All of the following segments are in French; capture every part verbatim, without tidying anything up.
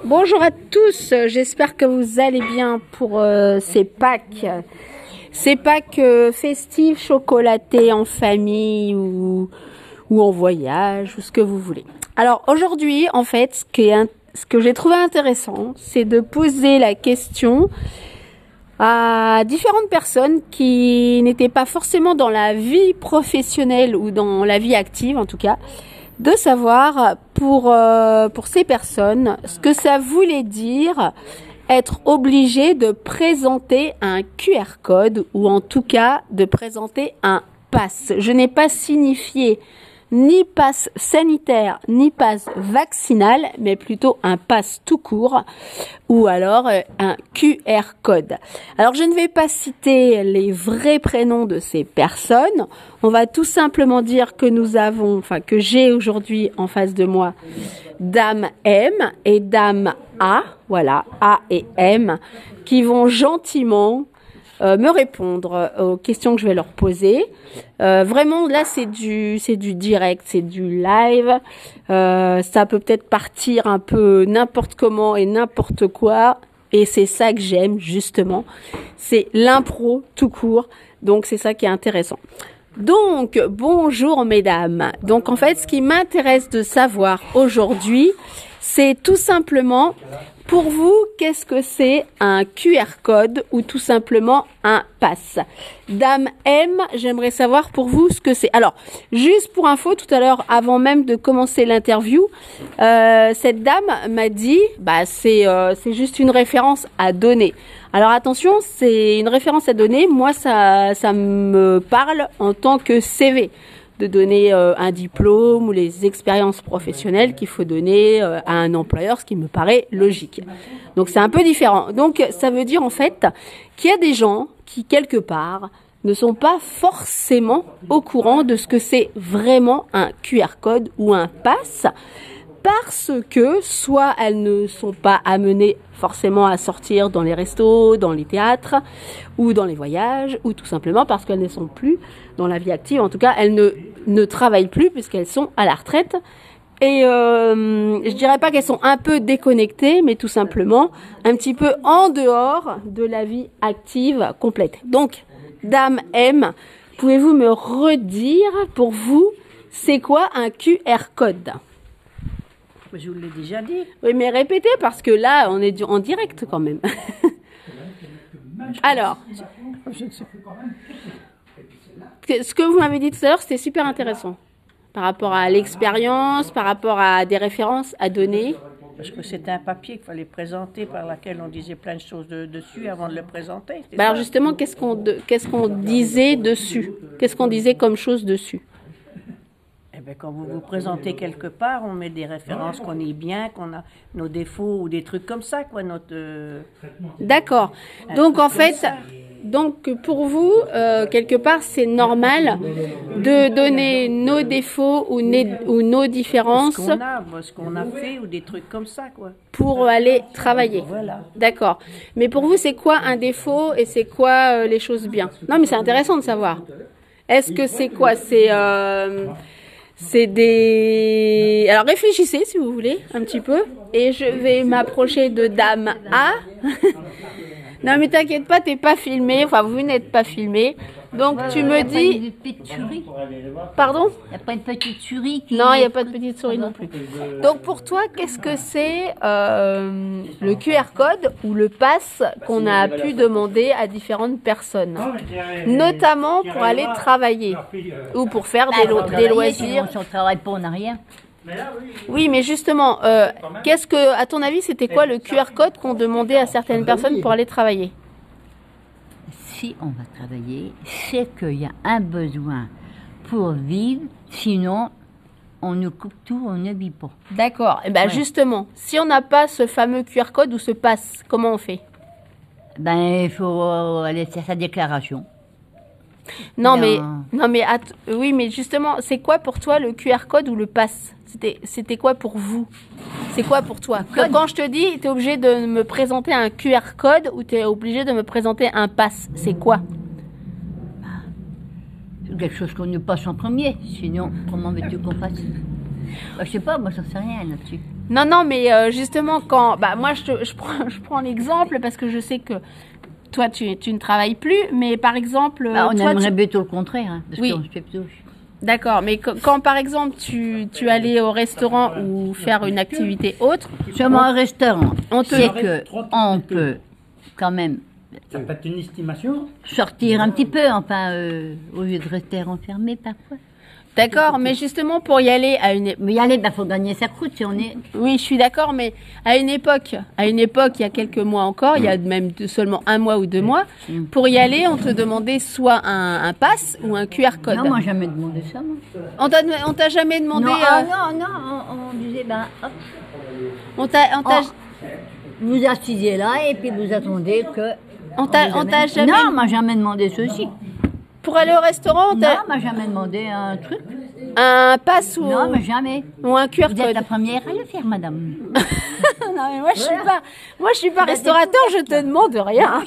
Bonjour à tous, j'espère que vous allez bien pour euh, ces Pâques. Ces Pâques euh, festives, chocolatés en famille ou, ou en voyage ou ce que vous voulez. Alors aujourd'hui, en fait, ce, qui est, ce que j'ai trouvé intéressant, c'est de poser la question à différentes personnes qui n'étaient pas forcément dans la vie professionnelle ou dans la vie active en tout cas, de savoir pour, euh, pour ces personnes ce que ça voulait dire être obligé de présenter un Q R code ou en tout cas de présenter un pass. Je n'ai pas signifié ni passe sanitaire, ni passe vaccinal, mais plutôt un pass tout court ou alors un Q R code. Alors, je ne vais pas citer les vrais prénoms de ces personnes. On va tout simplement dire que nous avons, enfin, que j'ai aujourd'hui en face de moi Dame M et Dame A, voilà, A et M, qui vont gentiment Euh, me répondre aux questions que je vais leur poser. Euh, vraiment, là, c'est du, c'est du direct, c'est du live. Euh, ça peut peut-être partir un peu n'importe comment et n'importe quoi. Et c'est ça que j'aime, justement. C'est l'impro tout court. Donc, c'est ça qui est intéressant. Donc, bonjour, mesdames. Donc, en fait, ce qui m'intéresse de savoir aujourd'hui, c'est tout simplement... Pour vous, qu'est-ce que c'est un Q R code ou tout simplement un pass? Dame M, j'aimerais savoir pour vous ce que c'est. Alors, juste pour info, tout à l'heure, avant même de commencer l'interview, euh, cette dame m'a dit, bah c'est euh, c'est juste une référence à donner. Alors attention, c'est une référence à donner. Moi, ça ça me parle en tant que C V. De donner euh, un diplôme ou les expériences professionnelles qu'il faut donner euh, à un employeur, ce qui me paraît logique. Donc c'est un peu différent. Donc ça veut dire en fait qu'il y a des gens qui quelque part ne sont pas forcément au courant de ce que c'est vraiment un Q R code ou un pass, parce que soit elles ne sont pas amenées forcément à sortir dans les restos, dans les théâtres ou dans les voyages, ou tout simplement parce qu'elles ne sont plus dans la vie active. En tout cas, elles ne, ne travaillent plus puisqu'elles sont à la retraite. Et euh, je dirais pas qu'elles sont un peu déconnectées, mais tout simplement un petit peu en dehors de la vie active complète. Donc, Dame M, pouvez-vous me redire pour vous, c'est quoi un Q R code ? Je vous l'ai déjà dit. Oui, mais répétez parce que là, on est en direct quand même. Alors, ce que vous m'avez dit tout à l'heure, c'était super intéressant. Par rapport à l'expérience, par rapport à des références à donner. Parce que c'était un papier qu'il fallait présenter, par lequel on disait plein de choses de, dessus avant de le présenter. Bah alors justement, qu'est-ce qu'on de, qu'est-ce qu'on disait dessus? Qu'est-ce qu'on disait comme chose dessus? Eh bien, quand vous vous présentez quelque part, on met des références qu'on est bien, qu'on a nos défauts ou des trucs comme ça, quoi. Notre. Euh, D'accord. Donc en fait, donc pour vous, euh, quelque part, c'est normal de donner nos défauts ou, né, ou nos différences. Ce qu'on a, ce qu'on a fait ou des trucs comme ça, quoi. Pour aller travailler. Voilà. D'accord. Mais pour vous, c'est quoi un défaut et c'est quoi euh, les choses bien? Non, mais c'est intéressant de savoir. Est-ce que c'est quoi? C'est euh, C'est des... Alors réfléchissez si vous voulez un petit peu. Et je vais m'approcher de Dame A. Non mais t'inquiète pas, t'es pas filmé. Enfin vous n'êtes pas filmé. Donc ouais, tu ouais, me y a dis... Pas une petite souris. Pardon? Il n'y a pas une petite souris qui... Non, il n'y a pas de petite souris non plus. Donc pour toi, qu'est-ce que c'est euh, le Q R code ou le pass qu'on a pu demander à différentes personnes? Notamment pour aller travailler ou pour faire des, lo des loisirs. Si on ne travaille pas, on n'a rien. Oui, mais justement, euh, qu'est-ce que, à ton avis, c'était quoi le Q R code qu'on demandait à certaines personnes pour aller travailler? Si on va travailler, c'est qu'il y a un besoin pour vivre, sinon on nous coupe tout, on ne vit pas. D'accord. Et ben ouais. Justement, si on n'a pas ce fameux Q R code ou ce pass, comment on fait? Ben il faut aller faire sa déclaration. Non Bien. mais non mais oui mais justement, c'est quoi pour toi le Q R code ou le pass? C'était c'était quoi pour vous? C'est quoi pour toi? Quand, quand je te dis, tu es obligé de me présenter un Q R code ou tu es obligé de me présenter un pass, c'est quoi? C'est quelque chose qu'on nous passe en premier, sinon comment veux-tu qu'on fasse? Bah, je sais pas, moi, j'en sais rien là-dessus. Non, non, mais euh, justement, quand... Bah, moi, je, te- je prends, je prends l'exemple parce que je sais que toi, tu, tu ne travailles plus, mais par exemple... Bah, on toi, aimerait tu- plutôt le contraire, hein, parce Oui. qu'on se fait plutôt... D'accord, mais quand, quand, par exemple, tu, tu allais au restaurant ou faire une activité autre, Seulement un restaurant, on te- c'est que on peut quand même Ça peut être une estimation. sortir un petit peu, enfin, euh, au lieu de rester renfermé parfois. d'accord, mais justement, pour y aller à une... é- Mais y aller, bah, faut gagner sa croûte si on est... Oui, je suis d'accord, mais à une époque, à une époque, il y a quelques mois encore, il y a même de- seulement un mois ou deux mois, pour y aller, on te demandait soit un, un pass ou un Q R code. Non, moi, jamais demandé ça, moi. On t'a on t'a jamais demandé... non, euh, ah, non, non, on, on disait, ben, hop, on t'a on t'a Oh. vous assisiez là et puis vous attendez que... on t'a- vous on t'a amène- jamais... Non, on m'a jamais demandé ceci. Pour aller au restaurant, on Non, t'a on m'a jamais demandé un truc. un pass ou, Non, mais jamais. ou un Q R Vous êtes code. la première à le faire, madame. Non, mais moi, je suis pas, moi, je suis pas restaurateur, je te demande rien.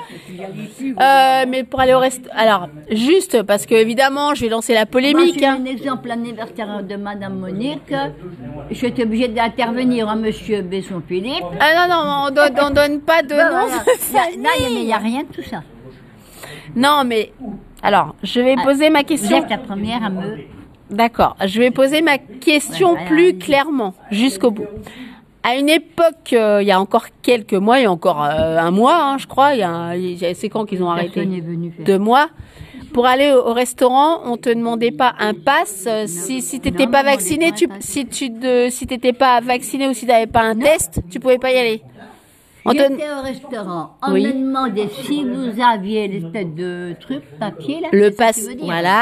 Euh, mais pour aller au rest, alors, juste parce que, évidemment, je vais lancer la Moi, polémique, j'ai hein. un exemple anniversaire de madame Monique. J'étais obligée d'intervenir à monsieur Besson-Philippe. Ah non, non, on donne, on donne pas de Voilà. nom Là, de là, il famille. n'y a rien de tout ça. Non, mais, alors, je vais Ah, poser ma Vous question. êtes la première à me... D'accord, je vais poser ma question Ouais, voilà, plus allez-y. clairement, jusqu'au bout. À une époque, euh, il y a encore quelques mois, il y a encore euh, un mois, hein, je crois, il y a, il y a- c'est quand qu'ils ont arrêté? Personne n'est venu faire. Deux mois. Pour aller au, au restaurant, on te demandait pas un pass. euh, si si t'étais Non, pas on demandait vacciné, pas un tu, pass. si tu de, si t'étais pas vacciné ou si t'avais pas un test, tu pouvais pas y aller. On te- J'étais au restaurant. On Oui. me demandait si vous aviez l'espèce de truc, papier, là. le c'est ça que pass, tu veux dire. voilà.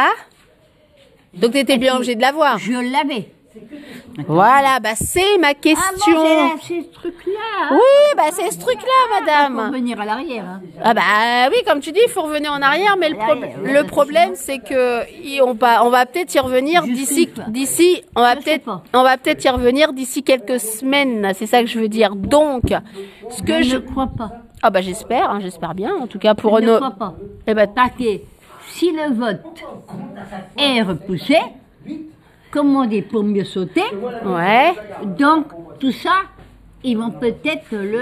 Donc t'étais bien obligé de l'avoir. Je l'avais. Voilà, bah c'est ma Ah question. bon, c'est là, c'est ce truc-là. hein. Oui, bah c'est ce truc-là, Pour madame. venir à l'arrière. hein. Ah bah oui, comme tu dis, il faut revenir en arrière, mais le, pro- Arrière, ouais, le ça, problème c'est que y- on va, on va peut-être y revenir Je d'ici, sais pas. d'ici, on va Je sais peut-être, pas. on va peut-être y revenir d'ici quelques semaines. C'est ça que je veux dire. Donc, ce que je je, ne crois pas. ah bah j'espère, hein, j'espère bien. En tout cas pour Je ne nos, crois pas. eh ben, Parce que si le vote est repoussé, comme on dit, pour mieux sauter, ouais. donc tout ça, ils vont peut-être le...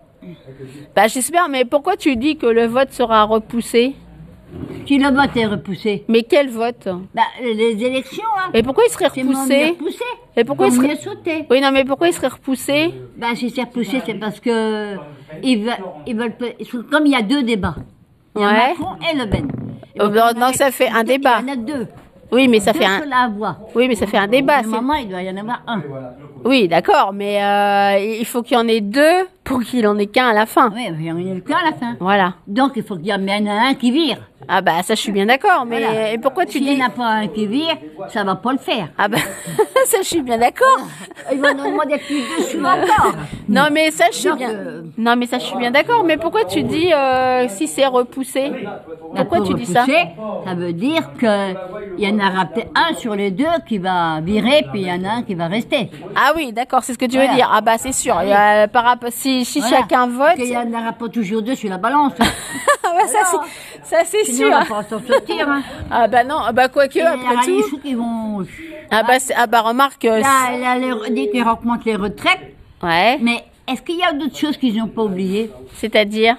Bah j'espère. Mais pourquoi tu dis que le vote sera repoussé? Si le vote est repoussé, Mais quel vote? bah, les élections, hein, Et pourquoi il serait c'est mieux repoussé? repoussé. Et pourquoi pour il serait- mieux sauter. Oui, non, mais pourquoi il serait repoussé? Bah, si c'est repoussé, c'est parce que ils veulent, ils veulent, ils sont- comme il y a deux débats, il y a Ouais. Macron et Le Pen. Et Oh, donc, non, on non, a- ça fait un il débat. y en a deux. Oui, mais ça deux fait un. sur la voix. Oui, mais ça fait un débat. c'est- Normalement, il doit y en avoir un. Oui, d'accord, mais euh, il faut qu'il y en ait deux pour qu'il en ait qu'un à la fin. Oui, il y en a eu qu'un à la fin. Voilà. Donc, il faut qu'il y en ait un qui vire. Ah bah ça, je suis bien d'accord, mais Voilà. et pourquoi tu S'il dis... n'y en a pas un qui vire, ça va pas le faire. Ah bah ça, je suis bien d'accord. Ils vont nous demander plus dessus encore. Non, mais ça, je suis Donc, bien... euh, Non, mais ça, je suis bien d'accord, mais pourquoi tu dis euh, si c'est repoussé? Pourquoi Pour tu dis ça? repousser, ça veut dire qu'il y en aura peut-être un sur les deux qui va virer, puis il y en a un qui va rester. Ah oui, d'accord, c'est ce que tu veux Voilà. dire. Ah bah c'est sûr, il y a, par rapport, si, si Voilà. chacun vote... Qu'il y en aura pas toujours deux sur la balance. Ah bah ça, c'est, ça, c'est Sinon, sûr. on va pas s'en sortir. Hein. Ah bah non, ah bah quoique, Il y aura après des tout... sous qui vont... Ah bah, c'est- ah bah remarque... euh, Là, là, les- dit qu'ils augmentent les retraites, Ouais, mais est-ce qu'il y a d'autres choses qu'ils n'ont pas oubliées? c'est-à-dire...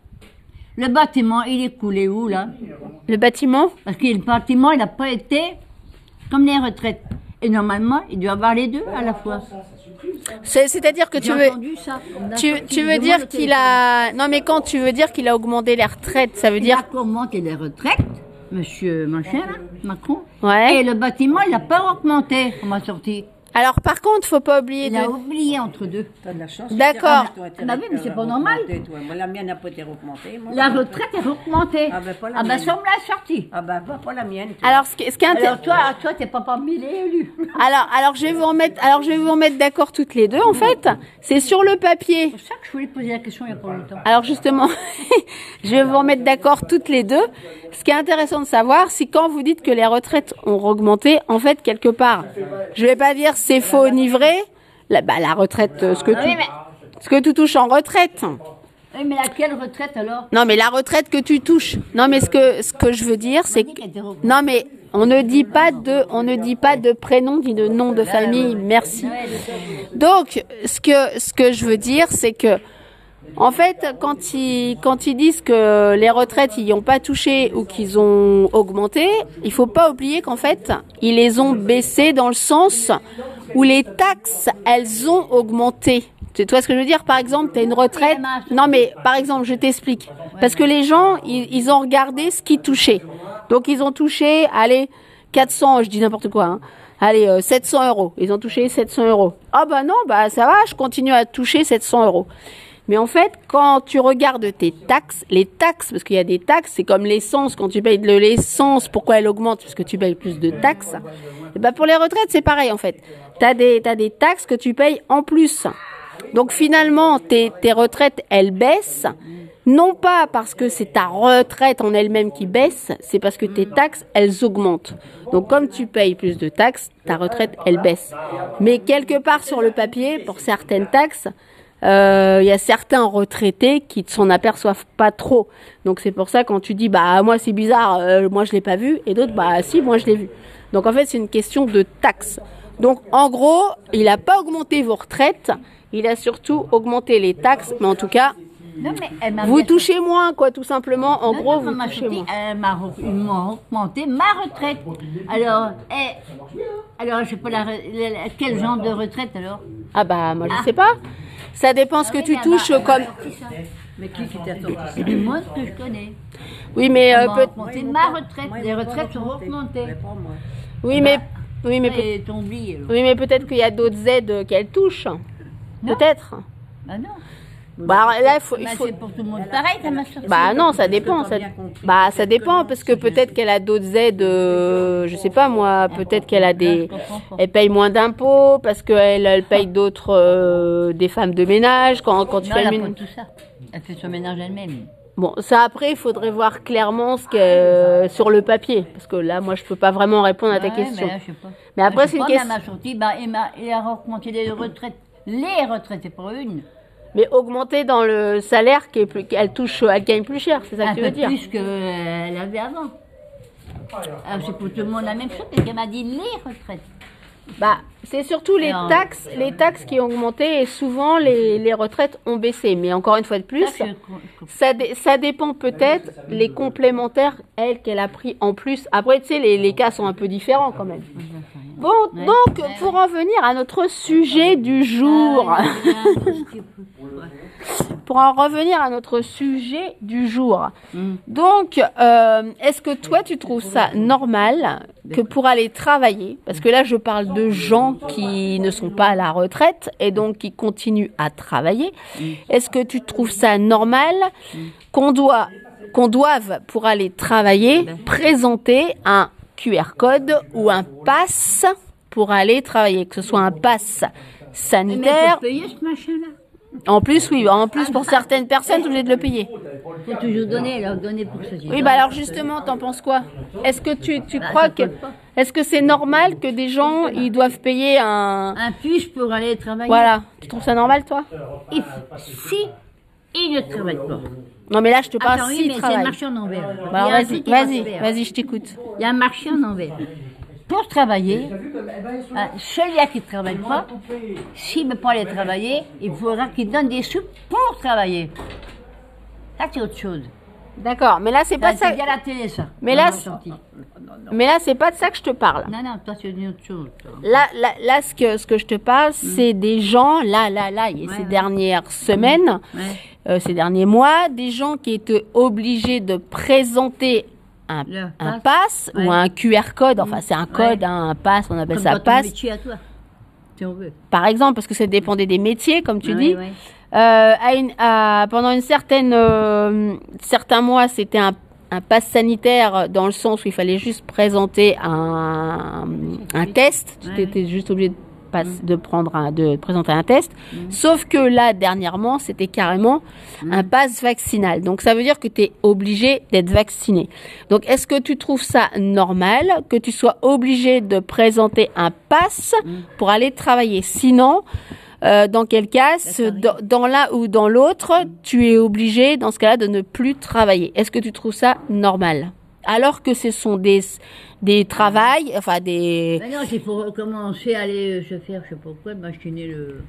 Le bâtiment, il est coulé où, là? Le bâtiment? Parce que le bâtiment, il n'a pas été comme les retraites. Et normalement, il doit avoir les deux à la fois. C'est- C'est-à-dire que tu J'ai veux... entendu ça. On a Tu, sorti tu de veux moi dire le qu'il téléphone. a... Non, mais quand tu veux dire qu'il a augmenté les retraites, ça veut Il dire... a augmenté les retraites, monsieur machin, là, Macron. Ouais. Et le bâtiment, il n'a pas augmenté, on m'a sorti. Alors, par contre, faut pas oublier Il de... a oublié entre deux. T'as de la chance. D'accord. Toi, t'as Bah oui, mais c'est pas normal. augmenté, toi. Moi, la mienne n'a pas été augmentée. moi. La retraite est augmentée. Ah ben, pas la Ah ben, mienne. ça, on me l'a sorti. Ah bah, pas, pas la mienne. toi. Alors, ce qui, ce qui est intér- Alors, toi, toi, t'es pas parmi les élus. Alors, alors, je vais vous remettre, alors, je vais vous remettre d'accord toutes les deux, en fait. C'est sur le papier. C'est pour ça que je voulais te poser la question il y a pas longtemps. Alors, justement, je vais vous remettre d'accord toutes les deux. Ce qui est intéressant de savoir, c'est quand vous dites que les retraites ont augmenté, en fait, quelque part, je vais pas dire c'est faux ni vrai, la, bah, la retraite, euh, ce que Ah oui, tu, mais- ce que tu touches en retraite. Oui, mais laquelle retraite alors? Non, mais la retraite que tu touches. Non, mais ce que, ce que je veux dire, c'est que, Monique était revenue. non, mais On ne dit pas de, on ne dit pas de prénom ni de nom de famille. Merci. Donc, ce que, ce que je veux dire, c'est que, en fait, quand ils, quand ils disent que les retraites, ils n'y ont pas touché ou qu'ils ont augmenté, il faut pas oublier qu'en fait, ils les ont baissés dans le sens où les taxes, elles ont augmenté. Tu vois ce que je veux dire? Par exemple, tu as une retraite. Non, mais par exemple, je t'explique. Parce que les gens, ils, ils ont regardé ce qu'ils touchaient. Donc, ils ont touché, allez, quatre cents, je dis n'importe quoi, hein. Allez, euh, sept cents euros. Ils ont touché sept cents euros. Ah bah non, bah ça va, je continue à toucher sept cents euros. Mais en fait, quand tu regardes tes taxes, les taxes, parce qu'il y a des taxes, c'est comme l'essence, quand tu payes de l'essence, pourquoi elle augmente? Parce que tu payes plus de taxes. Et ben pour les retraites, c'est pareil en fait. T'as des, t'as des taxes que tu payes en plus. Donc finalement, tes, tes retraites, elles baissent. Non pas parce que c'est ta retraite en elle-même qui baisse, c'est parce que tes taxes, elles augmentent. Donc comme tu payes plus de taxes, ta retraite, elle baisse. Mais quelque part sur le papier, pour certaines taxes, il euh, y a certains retraités qui ne s'en aperçoivent pas trop. Donc c'est pour ça quand tu dis bah moi c'est bizarre, euh, moi je l'ai pas vu, et d'autres bah si moi je l'ai vu. Donc en fait c'est une question de taxes. Donc en gros il n'a pas augmenté vos retraites, il a surtout augmenté les taxes, mais en tout cas Non, mais elle m'a vous bien touchez sorti. moins quoi tout simplement. En Non, gros non, vous m'a touchez sorti, moins. Elle m'a re- ils m'ont augmenté ma retraite. Alors, eh, alors je sais pas la, re- la- la- quel genre de retraite alors? Ah bah moi je Ah. sais pas. Ça dépend ce Ah que oui, tu mais elle touches m'a- elle m'a comme. sorti ça. Mais qui qui t'a sorti ça? C'est du monde que je connais. Oui mais euh, Elle m'a peut- augmenté ma retraite. Les retraites sont augmentées. Mais pas moi. oui mais oui mais peut- Et ton oublié, alors. oui mais peut-être qu'il y a d'autres aides qu'elle touche. Non. Peut-être. Bah non. Bah alors, là il faut, il Bah, faut... c'est pour tout le monde pareil, ça m'a sorti. Bah non, ça Parce que dépend. t'as Ça... bien compris. Bah ça Peut-être que dépend non, parce que si je- peut-être qu'elle a d'autres aides. euh, Je sais pas moi. Peut-être qu'elle a Là, je des. comprends pas. Elle paye moins d'impôts parce qu'elle elle paye d'autres euh, des femmes de ménage quand quand tu Non, fais elle a une. pas tout ça. Elle fait son ménage elle-même. Bon ça après il faudrait voir clairement ce qu'elle sur le papier parce que là moi je peux pas vraiment répondre à ta Ouais, question. Mais, là, je sais pas. Mais après, Je sais c'est une pas, question- mais elle m'a sorti, bah, il m'a il a augmenté les retraites. Les retraites, c'est pas une. Mais augmenter dans le salaire qui est plus, qu'elle touche, elle gagne plus cher, c'est ça que Un tu veux peu dire. plus qu'elle avait avant. Alors, c'est pour tout le monde la même chose, parce qu'elle m'a dit les retraites. Bah, c'est surtout les Non. taxes, les taxes qui ont augmenté et souvent les, les retraites ont baissé. Mais encore une fois de plus, Ça, je co- je comprends. ça, dé- ça dépend peut-être les complémentaires, elle, qu'elle a pris en plus. Après, tu sais, les, les cas sont un peu différents quand même. Bon, Ouais. donc, Ouais, pour en venir à notre sujet du jour, Ah, ouais, ouais, ouais. pour en revenir à notre sujet du jour. Mm. Donc, euh, est-ce que toi, tu trouves ça normal que pour aller travailler, parce que là, je parle de gens qui ne sont pas à la retraite et donc qui continuent à travailler, est-ce que tu trouves ça normal qu'on doit, qu'on doive, pour aller travailler, présenter un Q R code ou un pass pour aller travailler, que ce soit un pass Mais sanitaire. faut payer ce machin-là. En plus, oui, en plus pour certaines personnes, tu es obligé de le payer. Faut toujours donner, leur donner pour ça. Oui, bah alors justement, t'en penses quoi? Est-ce que tu, tu Bah, crois ça que, colle pas. est-ce que c'est normal que des gens, ils doivent payer un, Un puce pour aller travailler. voilà, tu trouves ça normal toi? Et si ils ne travaillent pas. Non mais là, je te parle Attends, oui, s'ils mais c'est travaillent. marché en envers. Bah Il y alors a un vas-y, truc qui va vas-y, se faire. vas-y, je t'écoute. Il y a un marché en envers. Pour travailler, euh, celui qui ne travaille pas, s'il ne veut pas aller travailler, il faudra qu'il donne des sous pour travailler. Ça, c'est autre chose. D'accord, mais là, c'est pas Ça, ça. c'est bien la télé, ça. Mais On là, l'a c'est- sorti. Mais là, c'est pas de ça que je te parle. Non, non, toi, c'est une autre chose. toi. Là, là, là, ce que, ce que je te parle, c'est des gens, là, là, là, et Ouais, ces ouais. dernières semaines, Ouais. euh, ces derniers mois, des gens qui étaient obligés de présenter un, Le un pass. pass ou Ouais. un Q R code, enfin c'est un code, Ouais. hein, un pass, on appelle Comme ça dans ton pass, métier à toi, si on veut. par exemple, parce que ça dépendait des métiers, comme tu Ouais, dis. ouais. Euh, à une, à- pendant une certaine, euh, certains mois, c'était un, un pass sanitaire dans le sens où il fallait juste présenter un, un test. Tu Ouais, étais juste obligé de, pas- de prendre un, de présenter un test. Sauf que là, dernièrement, c'était carrément un pass vaccinal. Donc, ça veut dire que tu es obligé d'être vacciné. Donc, est-ce que tu trouves ça normal que tu sois obligé de présenter un pass pour aller travailler? Sinon, euh, dans quel cas, ce- dans, dans l'un ou dans l'autre, tu es obligé, dans ce cas-là, de ne plus travailler. Est-ce que tu trouves ça normal? alors que ce sont des des travails, enfin des... Ben non, il faut commencer à aller se faire, je sais pas quoi, machiner le...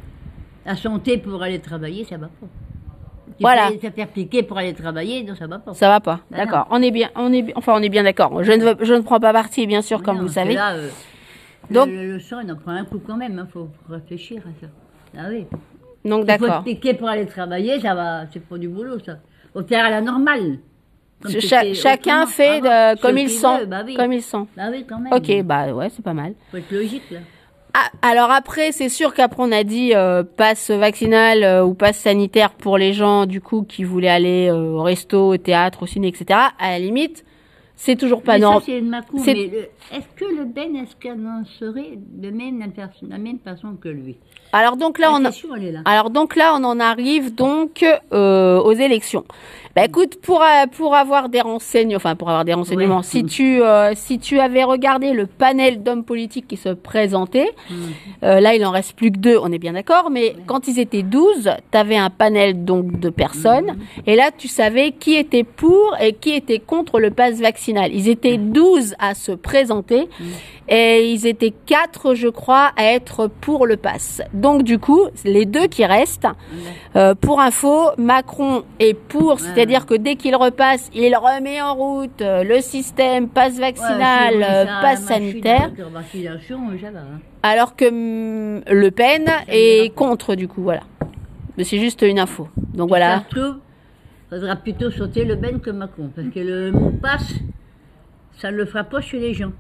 la santé pour aller travailler, ça va pas. Tu Voilà. fais- Se faire piquer pour aller travailler, non, ça va pas. Ça va pas, Ben d'accord. On est bien, on est, bi- enfin on est bien d'accord. Je ne, veux- je ne prends pas parti, bien sûr, comme Non, vous parce que savez. Là, euh, Donc- le, le, le sang, il en prend un coup quand même, il faut réfléchir à ça. Ah oui. Donc Il faut d'accord. te piquer pour aller travailler, ça va, c'est pas du boulot, ça. Faut faire à la normale. Comme Cha- c'était chacun autrement fait avant. de, comme Ceux il qui sent, veulent, bah oui. comme il sent. Bah oui, quand même. Ok, bah ouais, c'est pas mal. Faut être logique, là. Ah, alors après, c'est sûr qu'après on a dit euh, passe vaccinal euh, ou passe sanitaire pour les gens du coup qui voulaient aller euh, au resto, au théâtre, au ciné, et cetera. À la limite, c'est toujours pas Mais ça, normal. c'est Macron. c'est- Mais le- est-ce que le Ben, est-ce qu'elle en serait de même, la perso- la même façon que lui? Alors donc là, La on a, question, elle est là. alors donc là, on en arrive donc euh, aux élections. Bah écoute, pour euh, pour avoir des renseignements, enfin pour avoir des renseignements, Ouais. si tu euh, si tu avais regardé le panel d'hommes politiques qui se présentaient, Mm. euh, là il en reste plus que deux, on est bien d'accord, mais quand ils étaient douze, tu avais un panel donc de personnes, et là tu savais qui était pour et qui était contre le pass vaccinal. Ils étaient douze à se présenter. Et ils étaient quatre, je crois, à être pour le pass. Donc du coup, les deux qui restent, euh, pour info, Macron est pour, c'est-à-dire que dès qu'il repasse, il remet en route euh, le système pass vaccinal, Ouais, si on euh, met ça à pass la machine sanitaire, de vaccination, ça va, hein. alors que hum, Le Pen est contre du coup, voilà. Mais c'est juste une info. Donc voilà. Surtout, il faudra plutôt sauter le Ben que Macron, parce que le mot passe, ça ne le fera pas chez les gens.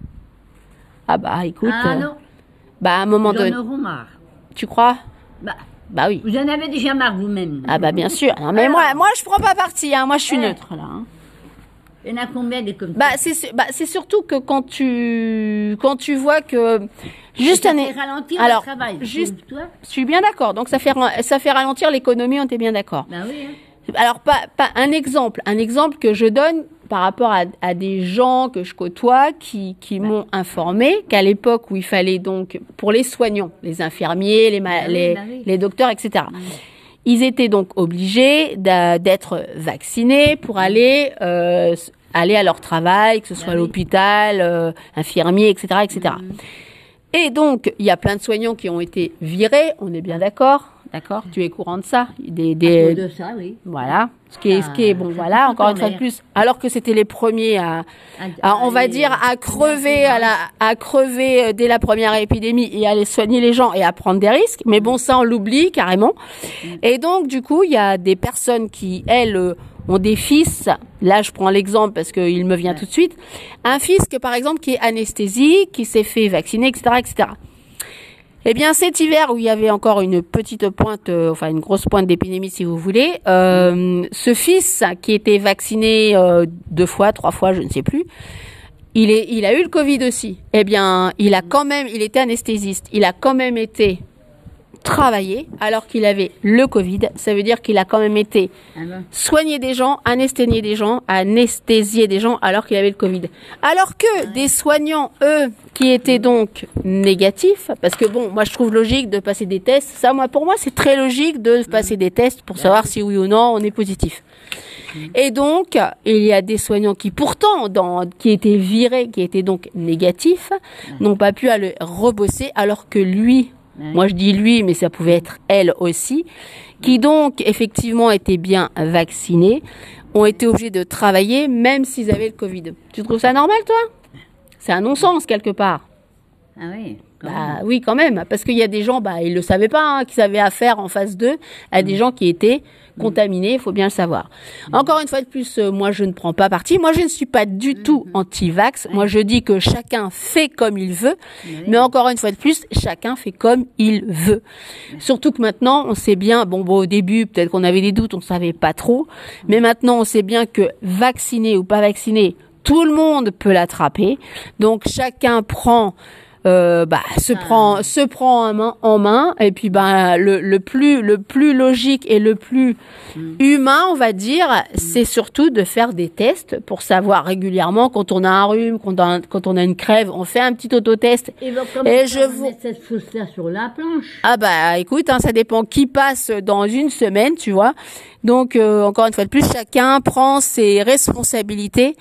Ah bah écoute, Ah euh, non, bah à un moment ils en donné, auront marre. tu crois? Bah, Bah oui. vous en avez déjà marre vous-même. Ah bah bien sûr. Non, mais Alors. moi, moi je prends pas parti. Hein. Moi je suis Ouais. neutre là. Hein. Il y en a combien des comme ça? Bah c'est su- bah c'est surtout que quand tu quand tu vois que juste ça un fait ralentir alors le travail. juste Toi? je suis bien d'accord. Donc ça fait ra- ça fait ralentir l'économie, on était bien d'accord. Bah oui, hein. Alors pas pas un exemple, un exemple que je donne par rapport à, à des gens que je côtoie qui qui m'ont informé qu'à l'époque où il fallait donc pour les soignants, les infirmiers, les ma- Bah oui, les, bah oui. les docteurs, et cetera. Ils étaient donc obligés d'a- d'être vaccinés pour aller euh, s- aller à leur travail, que ce soit Bah à oui. l'hôpital, euh, infirmier, et cetera, et cetera. Et donc il y a plein de soignants qui ont été virés. On est bien d'accord, d'accord. Tu es courant de ça, des À des cause de ça, oui. voilà. Ce qui est ce qui est bon, Ah, voilà. tout Encore en une fois de l'air. plus, alors que c'était les premiers à, à, on va aller- dire à crever à la à crever euh, dès la première épidémie et à aller soigner les gens et à prendre des risques, mais bon ça on l'oublie carrément. Et donc du coup, il y a des personnes qui elles euh, ont des fils, là je prends l'exemple parce qu'il me vient Ouais. tout de suite, un fils que par exemple qui est anesthésique, qui s'est fait vacciner, et cetera, et cetera. Eh bien, cet hiver où il y avait encore une petite pointe, euh, enfin une grosse pointe d'épidémie si vous voulez, euh, ce fils qui était vacciné euh, deux fois, trois fois, je ne sais plus, il est, il a eu le Covid aussi. Eh bien, il a quand même, il était anesthésiste, il a quand même été travailler alors qu'il avait le Covid. Ça veut dire qu'il a quand même été Ah bon. soigner des gens, anesthésier des gens, anesthésier des gens alors qu'il avait le Covid. Alors que des soignants, eux, qui étaient donc négatifs, parce que bon, moi je trouve logique de passer des tests. Ça, moi, pour moi, c'est très logique de passer des tests pour savoir si oui ou non on est positif. Et donc, il y a des soignants qui pourtant, dans, qui étaient virés, qui étaient donc négatifs, n'ont pas pu aller rebosser alors que lui, Ouais. moi je dis lui, mais ça pouvait être elle aussi, qui donc effectivement étaient bien vaccinés, ont été obligés de travailler même s'ils avaient le Covid. Tu trouves ça normal toi? C'est un non-sens quelque part. Ah oui. quand même. Bah oui quand même, parce qu'il y a des gens, bah ils le savaient pas, hein, qu'ils avaient affaire en face d'eux à des gens qui étaient contaminés, il faut bien le savoir. Encore une fois de plus, euh, moi je ne prends pas parti, moi je ne suis pas du tout anti-vax, moi je dis que chacun fait comme il veut, mais encore une fois de plus, chacun fait comme il veut. Surtout que maintenant, on sait bien, bon, bon au début peut-être qu'on avait des doutes, on savait pas trop, mais maintenant on sait bien que vacciné ou pas vacciné, tout le monde peut l'attraper, donc chacun prend Euh, bah se prend se prend en main, en main et puis bah le, le plus le plus logique et le plus humain on va dire c'est surtout de faire des tests pour savoir régulièrement quand on a un rhume quand on a, quand on a une crève on fait un petit autotest. Et, ben, comme Et ça, je on vous- met cette fausse-là sur la planche. Ah bah écoute, hein, ça dépend qui passe dans une semaine, tu vois. Donc euh, encore une fois de plus, chacun prend ses responsabilités.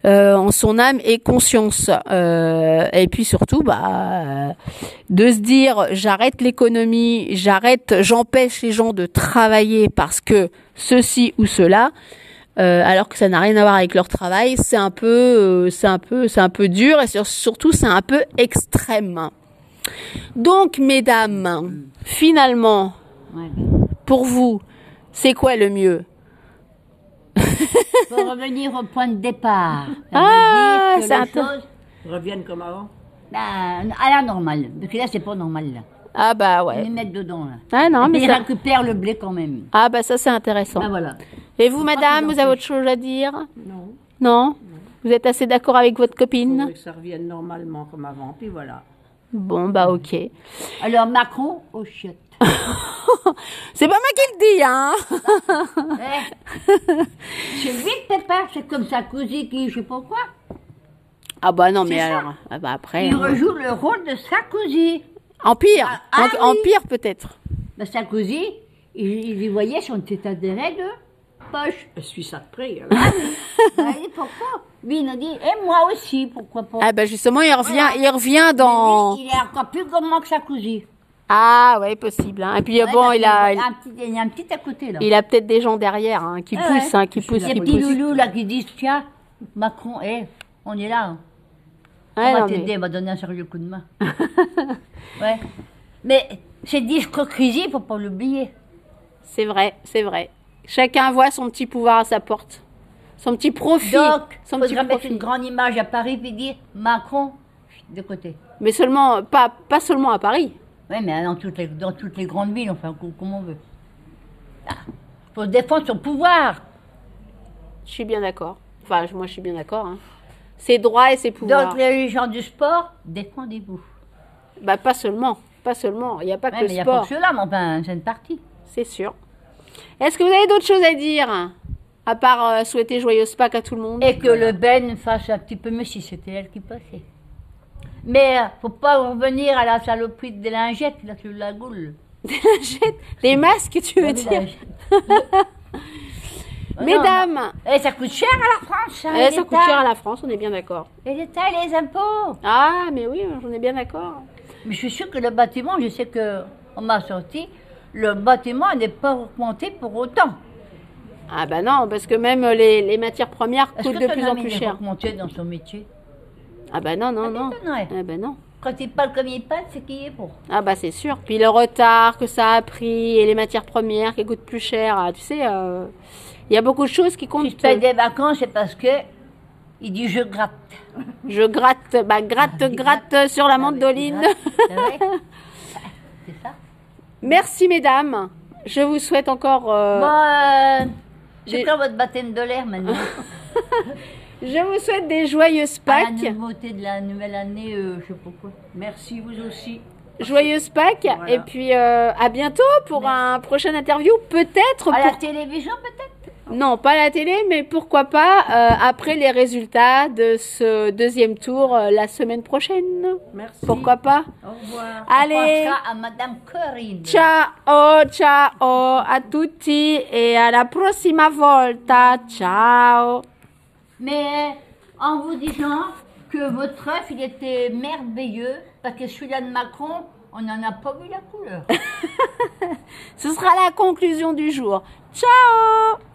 euh, en son âme et conscience. Euh, et puis surtout, bah, euh, de se dire, j'arrête l'économie, j'arrête, j'empêche les gens de travailler parce que ceci ou cela. Euh, alors que ça n'a rien à voir avec leur travail, c'est un peu, euh, c'est un peu, c'est un peu dur et sur, surtout c'est un peu extrême. Donc, mesdames, finalement, Ouais. pour vous, c'est quoi le mieux? Pour revenir au point de départ. Ça Ah, veut dire que c'est les un choses, Reviennent comme avant. ben, à la normale. Parce que là, c'est pas normal, là. Ah bah Ils ouais. les mettent dedans, là. Ah non, Et mais puis, ils ça... récupèrent le blé quand même. Ah bah ça c'est intéressant. Ben voilà. Et vous, Faut pas madame, qu'ils vous avez en autre chose à dire? Non. Non? Vous êtes assez d'accord avec votre Il copine? faudrait que ça revienne normalement comme avant. Puis voilà. Bon bah ok. Alors, Macron, aux chiottes. C'est pas moi qui le dis, hein? Eh, c'est vite, Pépin, c'est comme Sarkozy qui, je sais pas quoi. Ah bah non mais C'est ça. alors, ah bah après... Il hein. rejoue le rôle de Sarkozy. Empire, Ah, ah En- oui. Empire peut-être. Ben, Sarkozy, il, il y voyait son état d'arrêt de poche. Je suis ça de près. Ah oui. Ben, et pourquoi? Lui, il a dit, et moi aussi, pourquoi pas? Ah bah justement, il revient, Voilà. il revient dans... Mais lui, il est encore plus gourmand que Sarkozy. Ah ouais, possible. Hein. Et puis euh, Ouais, bon, parce il qu'il a, y a un petit, il y a un petit à côté, là. il a peut-être des gens derrière hein, qui Ah poussent, ouais. hein, qui Je suis poussent, là Les qui pour petits poussent. loulous, là, qui disent, tiens, Macron, eh, on est là. Hein. Ouais, on va non, t'aider, mais- on va donner un sérieux coup de main. Ouais. Mais ces discocrisie, il faut pas l'oublier. C'est vrai, c'est vrai. Chacun voit son petit pouvoir à sa porte, son petit profit, Donc, son il petit faudra mettre profit. une grande image à Paris puis dire Macron de côté. Mais seulement, pas, pas seulement à Paris. Oui, mais dans toutes les, dans toutes les grandes villes, enfin, co- comme on veut. Il faut défendre son pouvoir. Je suis bien d'accord. Enfin, je- moi, je suis bien d'accord. Hein. Ses droits et ses pouvoirs. Donc, les gens du sport, défendez-vous. Bah, pas seulement, pas seulement. Il n'y a pas Ouais, que mais le il n'y a pas sport, que cela, mais enfin, c'est une partie. c'est sûr. Est-ce que vous avez d'autres choses à dire, à part euh, souhaiter joyeuse Pâques à tout le monde? Et que le Ben fasse un petit peu mieux si c'était elle qui passait. Mais euh, faut pas revenir à la saloperie des lingettes, là, sur la goule. Les masques, tu veux Des dire? lingettes. Ah non, Mesdames, non. Eh, ça coûte cher à la France, hein, eh, ça l'État. coûte cher à la France, on est bien d'accord. Et l'État et les impôts. Ah, mais oui, j'en ai bien d'accord. Mais je suis sûre que le bâtiment, je sais que on m'a sorti, le bâtiment n'est pas augmenté pour autant. Ah bah non, parce que même les, les matières premières Est-ce coûtent que de ton plus en ami plus est cher. augmenté dans son métier? Ah bah non, non, Ça non. m'étonnerait. Ah bah non. Quand il parle comme il parle, c'est qu'il est pour. Ah bah c'est sûr. Puis le retard que ça a pris et les matières premières qui coûtent plus cher. Ah, tu sais, euh, il y a beaucoup de choses qui Si comptent. je paye des vacances, c'est parce que il dit je gratte. Je gratte, bah gratte, Il gratte sur la mandoline. C'est vrai. C'est ça. Merci mesdames. Je vous souhaite encore. euh, Bon, euh, j'ai- c'est quand votre baptême de l'air maintenant? Je vous souhaite des joyeuses À la Pâques. nouveauté de la nouvelle année, euh, je sais pas quoi. Merci, vous aussi. Joyeuses Pâques. Voilà. Et puis euh, à bientôt pour un prochain interview. Peut-être À la pour télévision peut-être? non, pas à la télé, mais pourquoi pas euh, après les résultats de ce deuxième tour euh, la semaine prochaine. Merci. Pourquoi pas? Au revoir. Allez, On pensera à Madame Corinne. ciao, ciao a tutti et à la prossima volta. Ciao. Mais en vous disant que votre œuf, il était merveilleux, parce que celui-là de Macron, on n'en a pas vu la couleur. Ce sera la conclusion du jour. Ciao.